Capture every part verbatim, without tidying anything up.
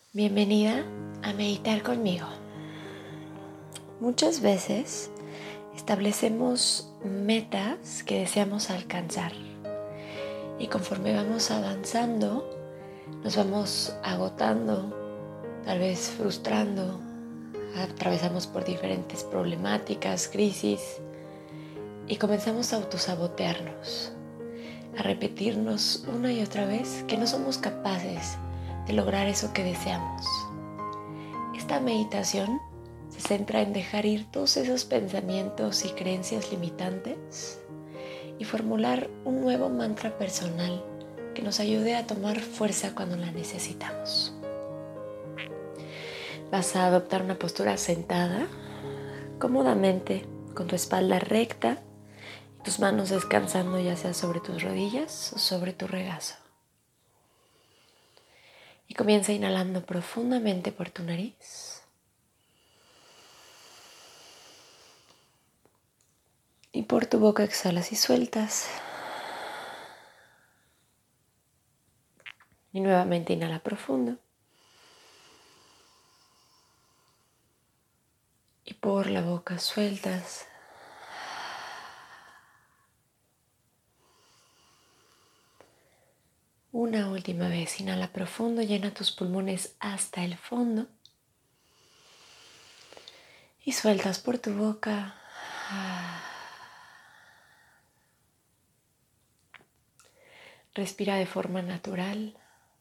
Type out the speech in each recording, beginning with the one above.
Bienvenida a meditar conmigo. Muchas veces establecemos metas que deseamos alcanzar y conforme vamos avanzando nos vamos agotando, tal vez frustrando, atravesamos por diferentes problemáticas, crisis y comenzamos a autosabotearnos, a repetirnos una y otra vez que no somos capaces de lograr eso que deseamos. Esta meditación se centra en dejar ir todos esos pensamientos y creencias limitantes y formular un nuevo mantra personal que nos ayude a tomar fuerza cuando la necesitamos. Vas a adoptar una postura sentada, cómodamente, con tu espalda recta y tus manos descansando ya sea sobre tus rodillas o sobre tu regazo. Y comienza inhalando profundamente por tu nariz. Y por tu boca exhalas y sueltas. Y nuevamente inhala profundo. Y por la boca sueltas. Una última vez, inhala profundo, llena tus pulmones hasta el fondo. Y sueltas por tu boca. Respira de forma natural.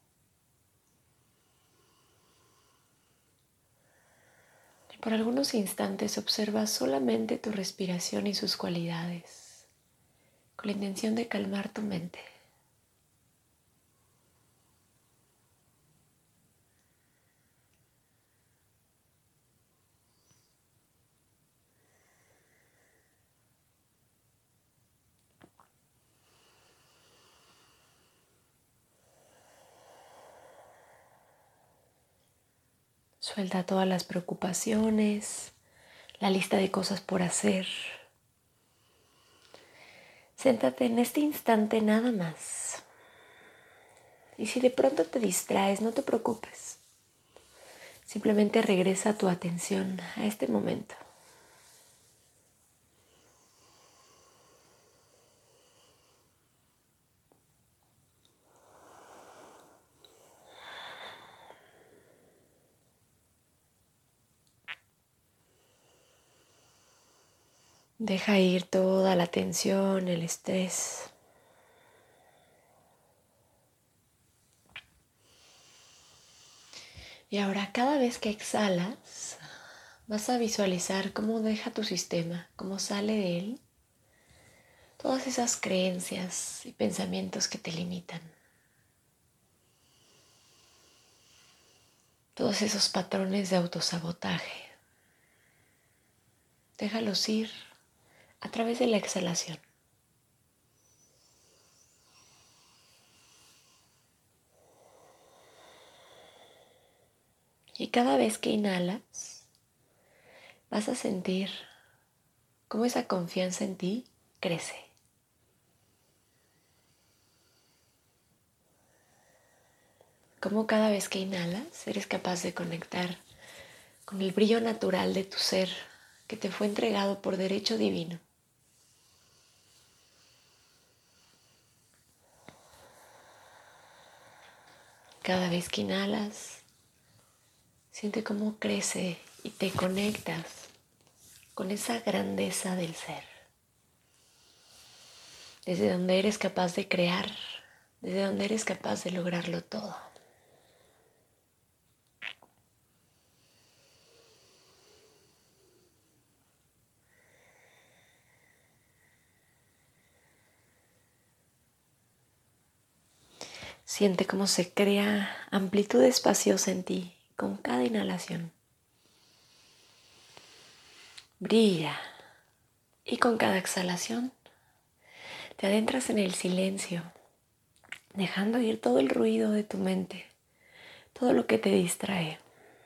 Y por algunos instantes observa solamente tu respiración y sus cualidades, con la intención de calmar tu mente. Suelta todas las preocupaciones, la lista de cosas por hacer. Siéntate en este instante nada más. Y si de pronto te distraes, no te preocupes. Simplemente regresa tu atención a este momento. Deja ir toda la tensión, el estrés. Y ahora cada vez que exhalas, vas a visualizar cómo deja tu sistema, cómo sale de él todas esas creencias y pensamientos que te limitan. Todos esos patrones de autosabotaje. Déjalos ir a través de la exhalación. Y cada vez que inhalas, vas a sentir cómo esa confianza en ti crece. Cómo cada vez que inhalas eres capaz de conectar con el brillo natural de tu ser que te fue entregado por derecho divino. Cada vez que inhalas, siente cómo crece y te conectas con esa grandeza del ser. Desde donde eres capaz de crear, desde donde eres capaz de lograrlo todo. Siente cómo se crea amplitud espaciosa en ti con cada inhalación. Brilla y con cada exhalación te adentras en el silencio, dejando ir todo el ruido de tu mente, todo lo que te distrae.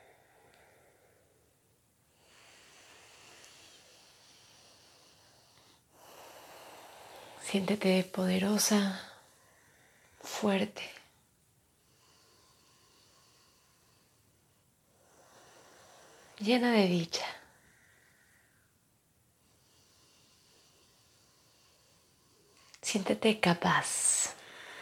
Siéntete poderosa, fuerte. llena de dicha. Siéntete capaz.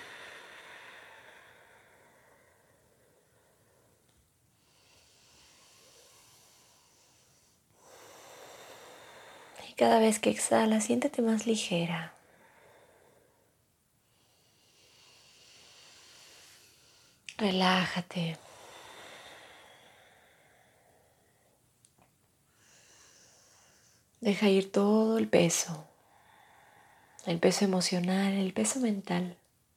Y cada vez que exhalas, siéntete más ligera. Relájate. Deja ir todo el peso. El peso emocional, el peso mental.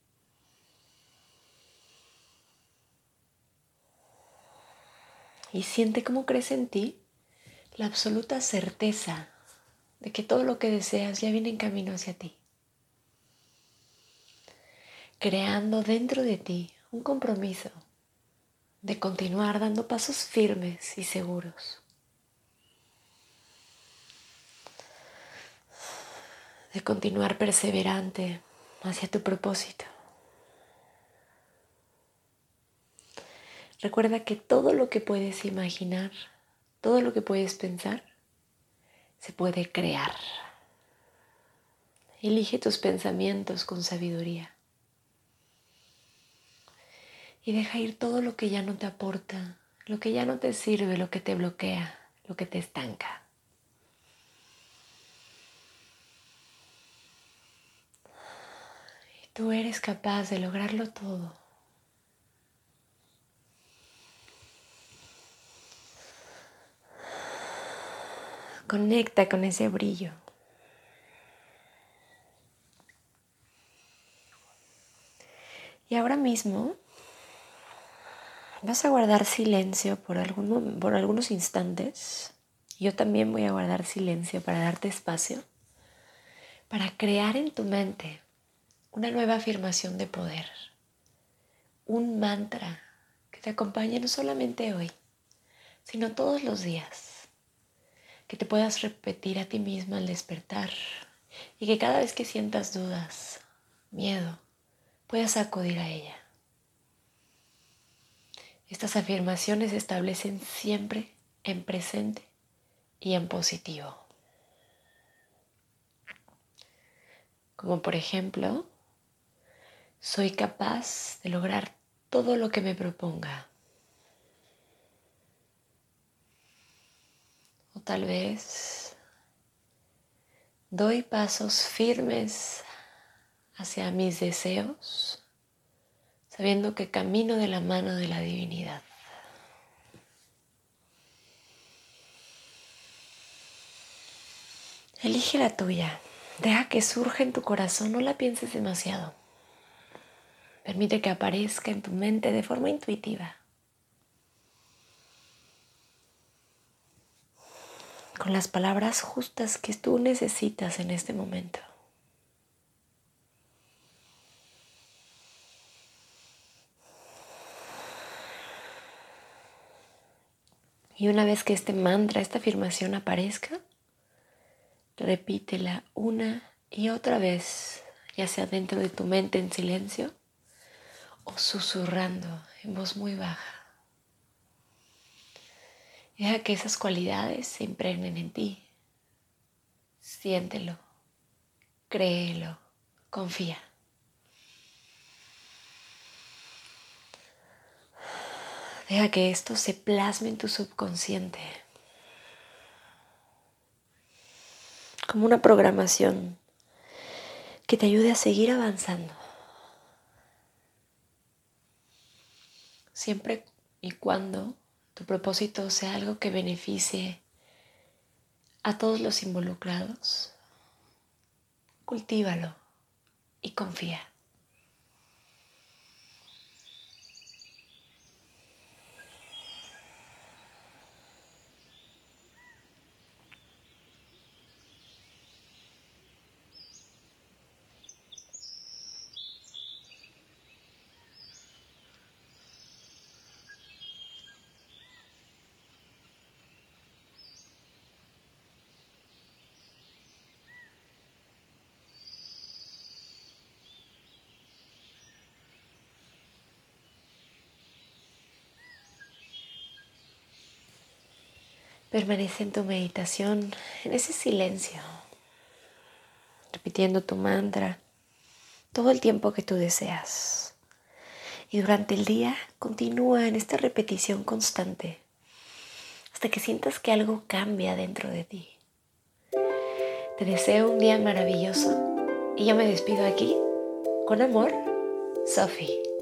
Y siente cómo crece en ti la absoluta certeza de que todo lo que deseas ya viene en camino hacia ti. Creando dentro de ti un compromiso de continuar dando pasos firmes y seguros. De continuar perseverante hacia tu propósito. Recuerda que todo lo que puedes imaginar, todo lo que puedes pensar, se puede crear. Elige tus pensamientos con sabiduría. Y deja ir todo lo que ya no te aporta, lo que ya no te sirve, lo que te bloquea, lo que te estanca. Y tú eres capaz de lograrlo todo. Conecta con ese brillo. Y ahora mismo vas a guardar silencio por, algún, por algunos instantes. Yo también voy a guardar silencio para darte espacio, para crear en tu mente una nueva afirmación de poder. Un mantra que te acompañe no solamente hoy, sino todos los días. Que te puedas repetir a ti misma al despertar y que cada vez que sientas dudas, miedo, puedas acudir a ella. Estas afirmaciones se establecen siempre en presente y en positivo. Como por ejemplo, soy capaz de lograr todo lo que me proponga. O tal vez doy pasos firmes hacia mis deseos, sabiendo que camino de la mano de la divinidad. Elige la tuya. Deja que surja en tu corazón, no la pienses demasiado. Permite que aparezca en tu mente de forma intuitiva. Con las palabras justas que tú necesitas en este momento. Y una vez que este mantra, esta afirmación aparezca, repítela una y otra vez, ya sea dentro de tu mente en silencio o susurrando en voz muy baja. Deja que esas cualidades se impregnen en ti. Siéntelo, créelo, confía. Deja que esto se plasme en tu subconsciente. Como una programación que te ayude a seguir avanzando. Siempre y cuando tu propósito sea algo que beneficie a todos los involucrados, cultívalo y confía. Permanece en tu meditación, en ese silencio, repitiendo tu mantra todo el tiempo que tú deseas. Y durante el día continúa en esta repetición constante hasta que sientas que algo cambia dentro de ti. Te deseo un día maravilloso y yo me despido aquí con amor, Sophie.